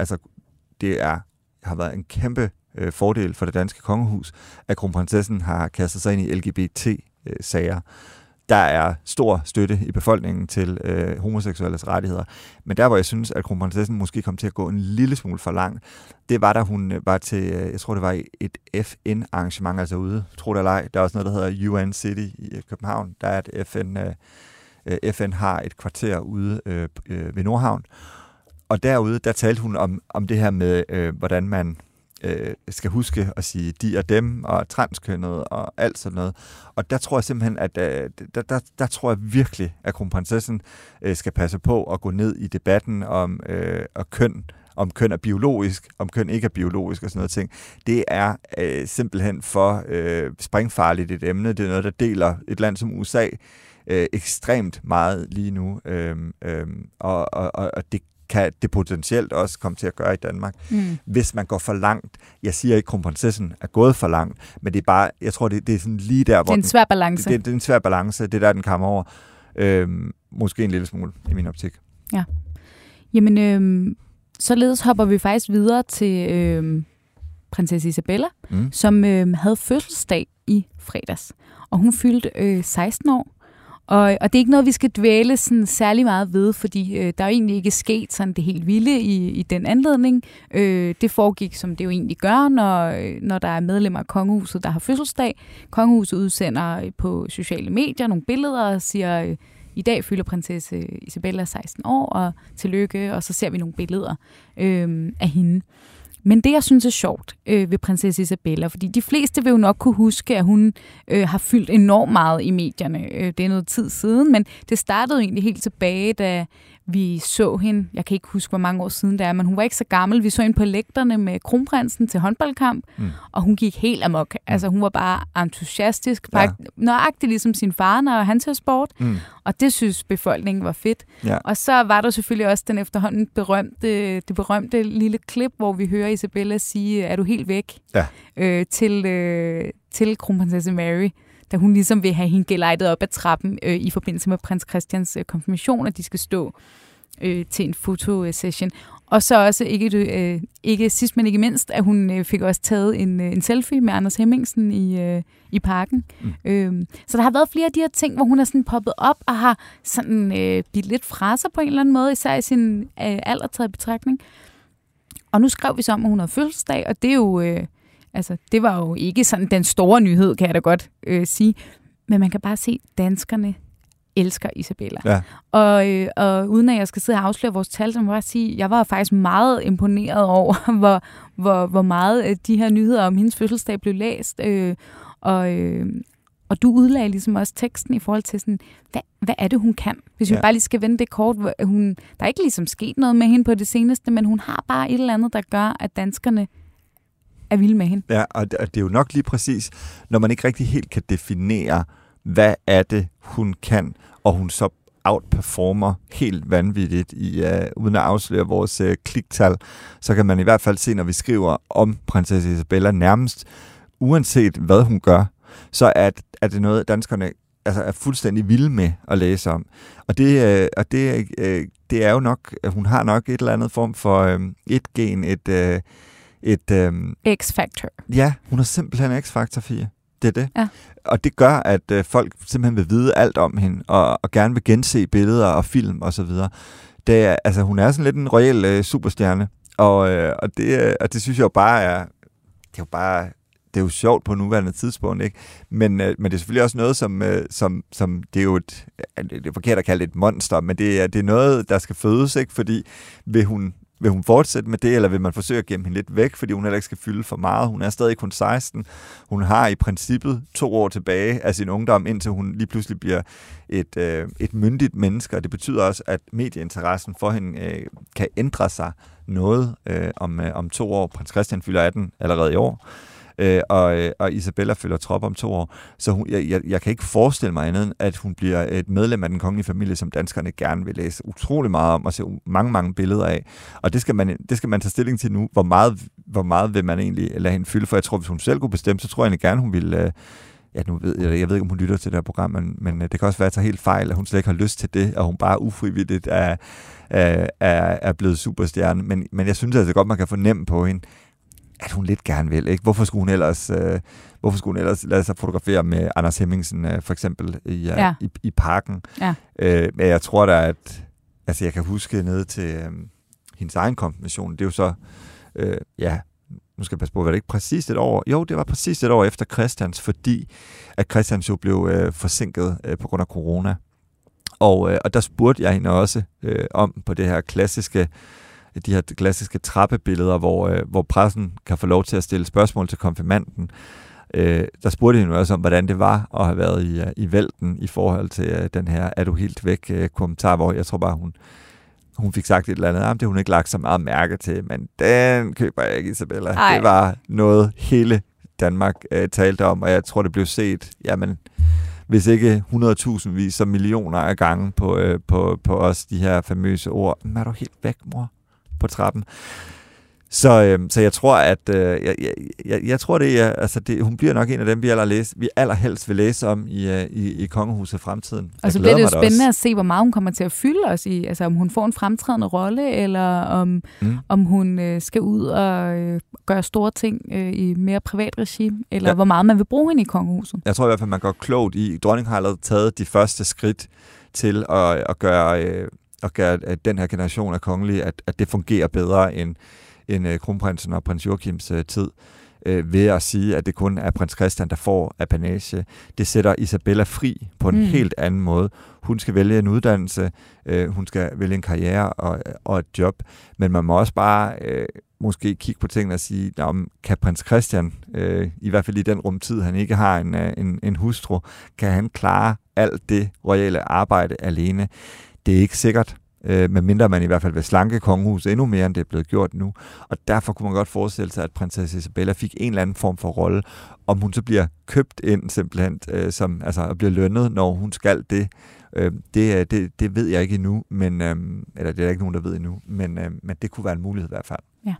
har været en kæmpe fordel for det danske kongehus, at kronprinsessen har kastet sig ind i LGBT-sager. Der er stor støtte i befolkningen til homoseksuelles rettigheder. Men der, hvor jeg synes, at kronprinsessen måske kom til at gå en lille smule for langt, det var, da hun var til, jeg tror, det var et FN-arrangement, altså ude, tro det eller ej. Der er også noget, der hedder UN City i København. Der er et FN har et kvarter ude ved Nordhavn. Og derude, der talte hun om det her med, hvordan man skal huske at sige de og dem, og transkønnet, og alt sådan noget. Og der tror jeg simpelthen, at der tror jeg virkelig, at kronprinsessen skal passe på at gå ned i debatten om køn, om køn er biologisk, om køn ikke er biologisk og sådan noget ting. Det er simpelthen for springfarligt et emne. Det er noget, der deler et land som USA ekstremt meget lige nu. Og det kan det potentielt også komme til at gøre i Danmark, hvis man går for langt. Jeg siger ikke, at kronprinsessen er gået for langt, men det er bare, jeg tror, det er sådan lige der, hvor... Det er en svær balance. Det er en svær balance, det er der, den kommer over. Måske en lille smule, i min optik. Ja. Jamen, således hopper vi faktisk videre til prinsesse Isabella, som havde fødselsdag i fredags. Og hun fyldte 16 år. Og det er ikke noget, vi skal dvæle sådan særlig meget ved, fordi der er jo egentlig ikke sket sådan det helt vilde i den anledning. Det foregik, som det jo egentlig gør, når der er medlemmer af kongehuset, der har fødselsdag. Kongehuset udsender på sociale medier nogle billeder og siger, i dag fylder prinsesse Isabella 16 år, og tillykke, og så ser vi nogle billeder af hende. Men det, jeg synes er sjovt ved prinsesse Isabella, fordi de fleste vil jo nok kunne huske, at hun har fyldt enormt meget i medierne. Det er noget tid siden, men det startede egentlig helt tilbage, da vi så hende. Jeg kan ikke huske, hvor mange år siden det er, men hun var ikke så gammel. Vi så hende på lægterne med kronprinsen til håndboldkamp, og hun gik helt amok. Altså, hun var bare entusiastisk, nøjagtigt ligesom sin far, når han tager sport, og det synes befolkningen var fedt. Ja. Og så var der selvfølgelig også den efterhånden det berømte lille klip, hvor vi hører Isabella sige, er du helt væk? Ja. Til kronprinsesse Mary, da hun ligesom vil have hende gelejtet op ad trappen i forbindelse med prins Christians konfirmation, at de skal stå til en fotosession. Og så også, ikke sidst, men ikke mindst, at hun fik også taget en selfie med Anders Hemmingsen i parken. Så der har været flere af de her ting, hvor hun er sådan poppet op og har sådan bidt lidt fra sig på en eller anden måde, især i sin alder taget betragtning. Og nu skrev vi så om, at hun havde fødselsdag, og det er jo... det var jo ikke sådan den store nyhed, kan jeg da godt sige. Men man kan bare se, at danskerne elsker Isabella. Ja. Og uden at jeg skal sidde og afsløre vores tal, så må jeg bare sige, jeg var faktisk meget imponeret over, hvor meget de her nyheder om hendes fødselsdag blev læst. Og du udlagde ligesom også teksten i forhold til sådan, hvad er det, hun kan? Hvis vi bare lige skal vende det kort. Der er ikke ligesom sket noget med hende på det seneste, men hun har bare et eller andet, der gør, at danskerne er vilde med hende. Ja, og det er jo nok lige præcis, når man ikke rigtig helt kan definere, hvad er det, hun kan, og hun så outperformer helt vanvittigt, uden at afsløre vores kliktal, så kan man i hvert fald se, når vi skriver om prinsesse Isabella, nærmest uanset hvad hun gør, så er det noget, danskerne altså er fuldstændig vilde med at læse om. Og det er jo nok, at hun har nok et eller andet form for et gen, X-Factor. Ja, hun har simpelthen X-Factor, Fie. Det er det. Ja. Og det gør, at folk simpelthen vil vide alt om hende, og gerne vil gense billeder og film og så videre. Altså, hun er sådan lidt en royal superstjerne, og det synes jeg jo bare er... Det er jo sjovt på nuværende tidspunkt, ikke? Men det er selvfølgelig også noget, som det er jo det er forkert at kalde det et monster, men det er noget, der skal fødes, ikke? Fordi vil hun fortsætte med det, eller vil man forsøge at gemme hende lidt væk, fordi hun heller ikke skal fylde for meget? Hun er stadig kun 16. Hun har i princippet 2 år tilbage af sin ungdom, indtil hun lige pludselig bliver et myndigt menneske, og det betyder også, at medieinteressen for hende kan ændre sig noget om 2 år. Prins Christian fylder 18 allerede i år. Og Isabella følger trop om 2 år. Så jeg kan ikke forestille mig andet, at hun bliver et medlem af den kongelige familie, som danskerne gerne vil læse utrolig meget om og se mange, mange billeder af. Og det skal man tage stilling til nu. Hvor meget vil man egentlig lade hende fylde? For jeg tror, hvis hun selv kunne bestemme, så tror jeg egentlig gerne, hun ville... jeg ved ikke, om hun lytter til det her program, men det kan også være, at jeg tager helt fejl, at hun slet ikke har lyst til det, og hun bare ufrivilligt er blevet superstjerne. Men jeg synes altså godt, man kan fornemme på hende, at hun lidt gerne vil, ikke? Hvorfor skulle hun ellers lade sig fotografere med Anders Hemmingsen, for eksempel, i parken? Ja. Men jeg tror da, at... Altså, jeg kan huske ned til hendes egen konfirmation. Det er jo så... nu skal jeg passe på, var det ikke præcis et år? Jo, det var præcis et år efter Christians, fordi at Christians jo blev forsinket på grund af corona. Og der spurgte jeg hende også om på det her de her klassiske trappebilleder, hvor pressen kan få lov til at stille spørgsmål til konfirmanden. Der spurgte hende også om, hvordan det var at have været i vælten i forhold til den her "er du helt væk" kommentar, hvor jeg tror bare, hun fik sagt et eller andet, det har hun ikke lagt så meget mærke til, men den køber jeg ikke, Isabella. Ej. Det var noget, hele Danmark talte om, og jeg tror, det blev set, jamen, hvis ikke 100.000 vis, så millioner af gange på os, de her famøse ord. Er du helt væk, mor? På trappen. Så jeg tror, at jeg tror, hun bliver nok en af dem, vi allerhelst vil læse om i kongehuset i fremtiden. Og så bliver det jo spændende at se, hvor meget hun kommer til at fylde os i. Altså om hun får en fremtrædende rolle, eller om hun skal ud og gøre store ting i mere privat regi, eller hvor meget man vil bruge hende i kongehuset. Jeg tror i hvert fald, man går klogt i. Dronningen har allerede taget de første skridt til at gøre den her generation af kongelige, at det fungerer bedre end kronprinsen og prins Joachims tid, ved at sige, at det kun er prins Christian, der får apanage. Det sætter Isabella fri på en helt anden måde. Hun skal vælge en uddannelse, hun skal vælge en karriere og et job, men man må også bare måske kigge på tingene og sige, kan prins Christian, i hvert fald i den rumtid, han ikke har en hustru, kan han klare alt det royale arbejde alene? Det er ikke sikkert, medmindre man i hvert fald vil slanke kongehuset endnu mere, end det er blevet gjort nu. Og derfor kunne man godt forestille sig, at prinsesse Isabella fik en eller anden form for rolle. Om hun så bliver købt ind simpelthen, og bliver lønnet, når hun skal det, det ved jeg ikke endnu, men, eller det er ikke nogen, der ved endnu, men det kunne være en mulighed i hvert fald. Ja.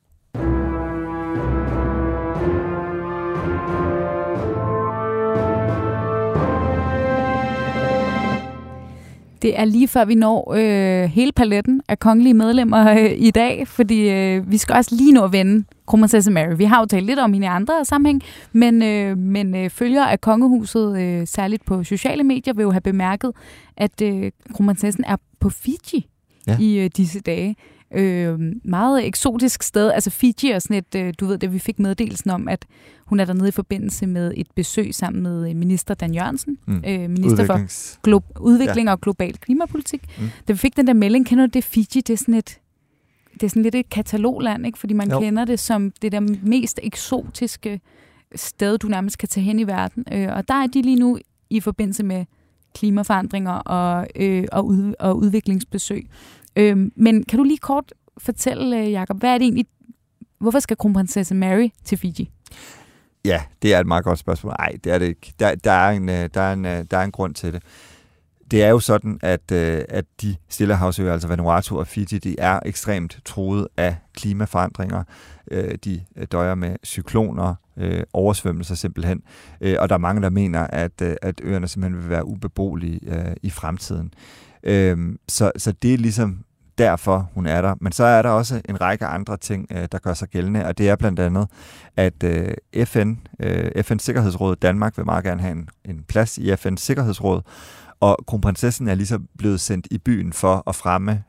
Det er lige før vi når hele paletten af kongelige medlemmer i dag, fordi vi skal også lige nå at vende kronprinsesse Mary. Vi har jo talt lidt om hende i andre sammenhæng, men følgere af kongehuset, særligt på sociale medier, vil jo have bemærket, at kronprinsessen er på Fiji i disse dage. meget eksotisk sted. Altså Fiji er sådan et, du ved, da vi fik meddelelsen om, at hun er dernede i forbindelse med et besøg sammen med minister Dan Jørgensen, minister for udvikling og global klimapolitik. Da vi fik den der melding, kender du det Fiji, det er sådan lidt et katalogland, ikke? Fordi man kender det som det der mest eksotiske sted, du nærmest kan tage hen i verden. Og der er de lige nu i forbindelse med klimaforandringer og udviklingsbesøg. Men kan du lige kort fortælle, Jacob, hvad er det egentlig, hvorfor skal kronprinsesse Mary til Fiji? Ja, det er et meget godt spørgsmål. Nej, det er det ikke. Der er en grund til det. Det er jo sådan, at de Stillehavsøer, altså Vanuatu og Fiji, de er ekstremt truet af klimaforandringer. De døjer med cykloner, oversvømmelser simpelthen. Og der er mange, der mener, at øerne simpelthen vil være ubeboelige i fremtiden. Så det er ligesom derfor, hun er der. Men så er der også en række andre ting, der gør sig gældende, og det er blandt andet, at FN's Sikkerhedsråd, Danmark vil meget gerne have en plads i FN's Sikkerhedsråd, og kronprinsessen er ligesom blevet sendt i byen for at fremme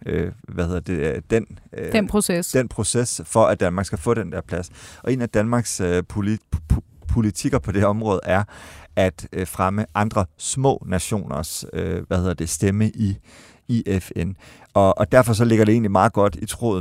den proces for, at Danmark skal få den der plads. Og en af Danmarks politikker på det område er at fremme andre små nationers stemme i FN. Og derfor så ligger det egentlig meget godt i tråd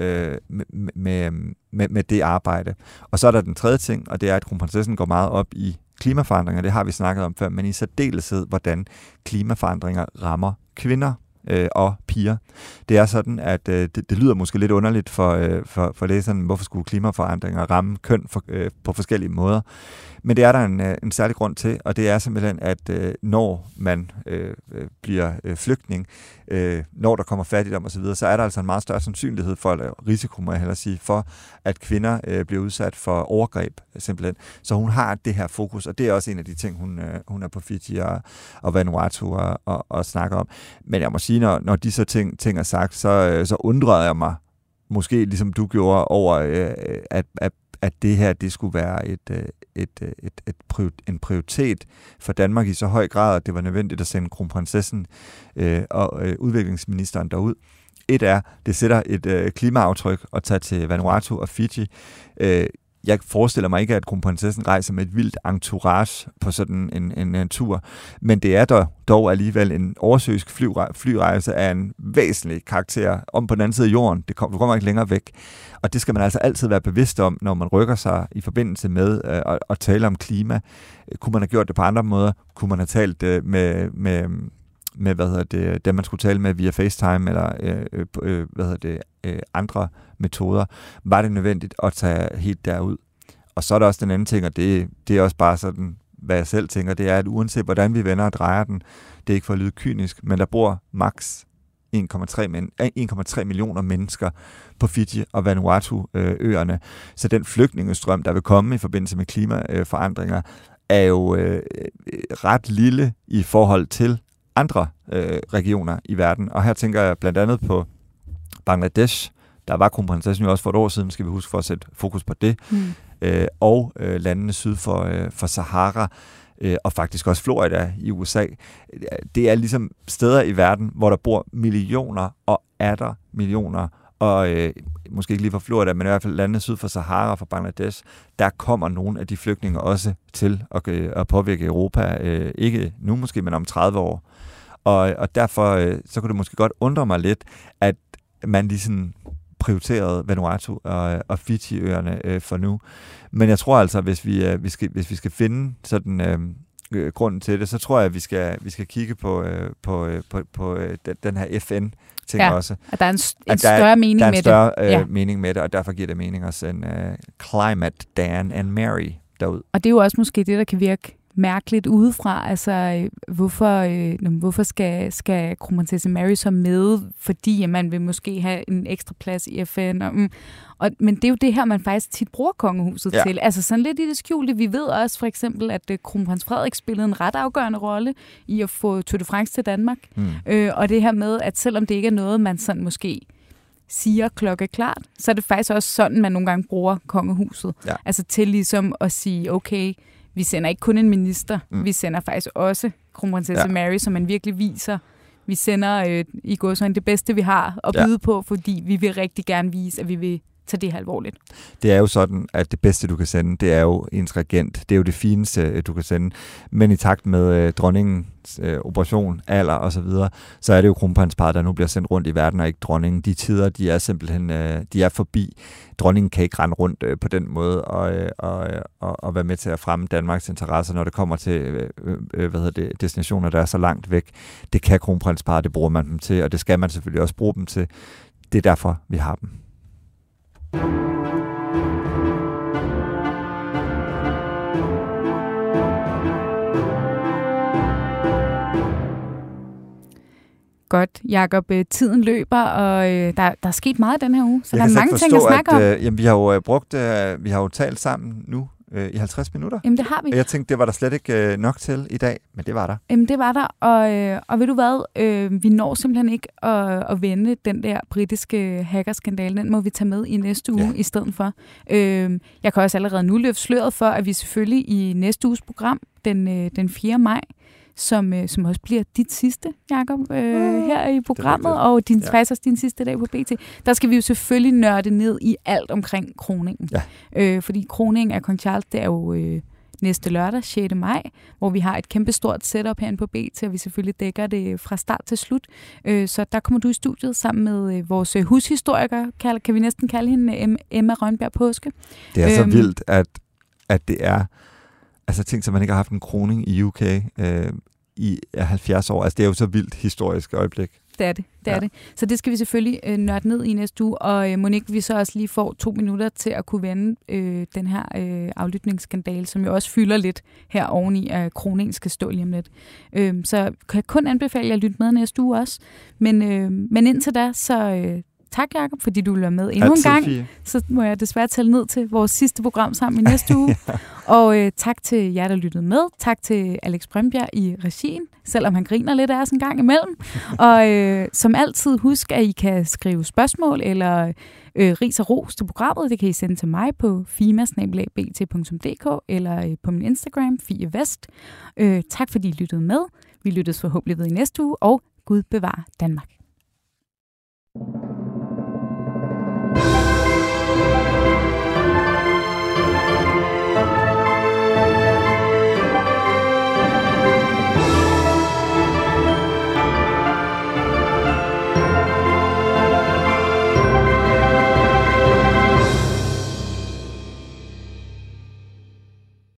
med det arbejde. Og så er der den tredje ting, og det er, at kronprinsessen går meget op i klimaforandringer. Det har vi snakket om før, men i særdeleshed, hvordan klimaforandringer rammer kvinder og piger. Det er sådan, at det lyder måske lidt underligt for læseren, hvorfor skulle klimaforandringer ramme køn på forskellige måder. Men det er der en særlig grund til, og det er simpelthen, at når man bliver flygtning, når der kommer fattigdom osv., så er der altså en meget større sandsynlighed for, eller risiko må jeg hellere sige, for at kvinder bliver udsat for overgreb simpelthen. Så hun har det her fokus, og det er også en af de ting, hun er på Fiji og Vanuatu og snakker om. Men jeg må sige, når de så ting er sagt, så undrede jeg mig, måske ligesom du gjorde, over at det her, det skulle være en prioritet for Danmark i så høj grad, at det var nødvendigt at sende kronprinsessen og udviklingsministeren derud. Et er, det sætter et klimaaftryk at tage til Vanuatu og Fiji. Jeg forestiller mig ikke, at kronprinsessen rejser med et vildt entourage på sådan en tur, men det er dog alligevel en oversøisk flyrejse af en væsentlig karakter om på den anden side af jorden. Du kommer ikke længere væk. Og det skal man altså altid være bevidst om, når man rykker sig i forbindelse med at tale om klima. Kunne man have gjort det på andre måder? Kunne man have talt med dem man skulle tale med via FaceTime eller andre metoder, var det nødvendigt at tage helt derud. Og så er der også den anden ting, og det er også bare sådan, hvad jeg selv tænker, det er, at uanset hvordan vi vender og drejer den, det er ikke for at lyde kynisk, men der bor maks 1,3 millioner mennesker på Fiji og Vanuatu-øerne. Så den flygtningestrøm, der vil komme i forbindelse med klimaforandringer, er jo ret lille i forhold til andre regioner i verden. Og her tænker jeg blandt andet på Bangladesh. Der var kronprinsessen jo også for et år siden, skal vi huske for at sætte fokus på det. Og landene syd for Sahara, og faktisk også Florida i USA. Det er ligesom steder i verden, hvor der bor millioner og atter millioner, og måske ikke lige fra Florida, men i hvert fald landene syd for Sahara og for Bangladesh, der kommer nogle af de flygtninge også til at påvirke Europa. Ikke nu måske, men om 30 år. Og derfor så kunne det måske godt undre mig lidt, at man lige sådan prioriterede Vanuatu og Fiji-øerne for nu. Men jeg tror altså, hvis vi skal finde sådan grunden til det, så tror jeg, at vi skal kigge på den her FN-ting også. At der er en større mening med det. Der er en større mening med det, og derfor giver det mening at sende Climate Dan and Mary derud. Og det er jo også måske det, der kan virke mærkeligt udefra. Altså, hvorfor skal kronprinsesse Mary så med? Fordi man vil måske have en ekstra plads i FN. Men det er jo det her, man faktisk tit bruger kongehuset til. Altså sådan lidt i det skjulte. Vi ved også for eksempel, at kronprins Frederik spillede en ret afgørende rolle i at få Tour de France til Danmark. Og det her med, at selvom det ikke er noget, man sådan måske siger klokkeklart, så er det faktisk også sådan, man nogle gange bruger kongehuset. Ja. Altså til ligesom at sige, okay, vi sender ikke kun en minister, vi sender faktisk også kronprinsesse Mary, så man virkelig viser vi sender i gåseøjne det bedste, vi har at byde på, fordi vi vil rigtig gerne vise, at vi vil tage det her alvorligt. Det er jo sådan, at det bedste, du kan sende, det er jo ens regent. Det er jo det fineste, du kan sende. Men i takt med dronningens operation, alder og så videre, så er det jo kronprinsparet, der nu bliver sendt rundt i verden, og ikke dronningen. De tider, de er simpelthen de er forbi. Dronningen kan ikke rende rundt på den måde og være med til at fremme Danmarks interesser, når det kommer til destinationer, der er så langt væk. Det kan kronprinsparet, det bruger man dem til, og det skal man selvfølgelig også bruge dem til. Det er derfor, vi har dem. Godt, Jakob. Tiden løber, og der er sket meget den her uge, så der er mange ting at snakke om. Jamen, vi har jo talt sammen nu i 50 minutter. Jamen, det har vi. Og jeg tænkte, det var der slet ikke nok til i dag, men det var der. Jamen, det var der, og ved du hvad? Vi når simpelthen ikke at vende den der britiske hackerskandale. Den må vi tage med i næste uge i stedet for. Jeg kan også allerede nu løfte sløret for, at vi selvfølgelig i næste uges program, den 4. maj, som også bliver dit sidste, Jakob, her i programmet, og faktisk også din sidste dag på BT. Der skal vi jo selvfølgelig nørde ned i alt omkring kroningen. Ja. Fordi kroningen af Kong Charles, det er jo næste lørdag, 6. maj, hvor vi har et kæmpestort setup herinde på BT, og vi selvfølgelig dækker det fra start til slut. Så der kommer du i studiet sammen med vores hushistoriker, kan vi næsten kalde hende, Emma Rønberg Påske. Det er så vildt, at det er altså ting, som man ikke har haft en kroning i UK i 70 år. Altså, det er jo så vildt historisk øjeblik. Det er det. Så det skal vi selvfølgelig nørde ned i næste uge, og Monique, vi så også lige får 2 minutter til at kunne vende den her aflytningsskandale, som jo også fylder lidt her oveni, at kroningen skal stå lige om lidt. Så kan jeg kun anbefale jer at lytte med næste uge også. Men indtil da, så tak, Jakob, fordi du vil være med endnu en gang. Så må jeg desværre tælle ned til vores sidste program sammen i næste uge. Og tak til jer, der lyttede med. Tak til Alex Brøndbjerg i regien, selvom han griner lidt af os en gang imellem. Og som altid, husk, at I kan skrive spørgsmål eller ris og ros til programmet. Det kan I sende til mig på fima@bt.dk eller på min Instagram, Fie Vest. Tak fordi I lyttede med. Vi lyttes forhåbentlig ved i næste uge, og Gud bevarer Danmark.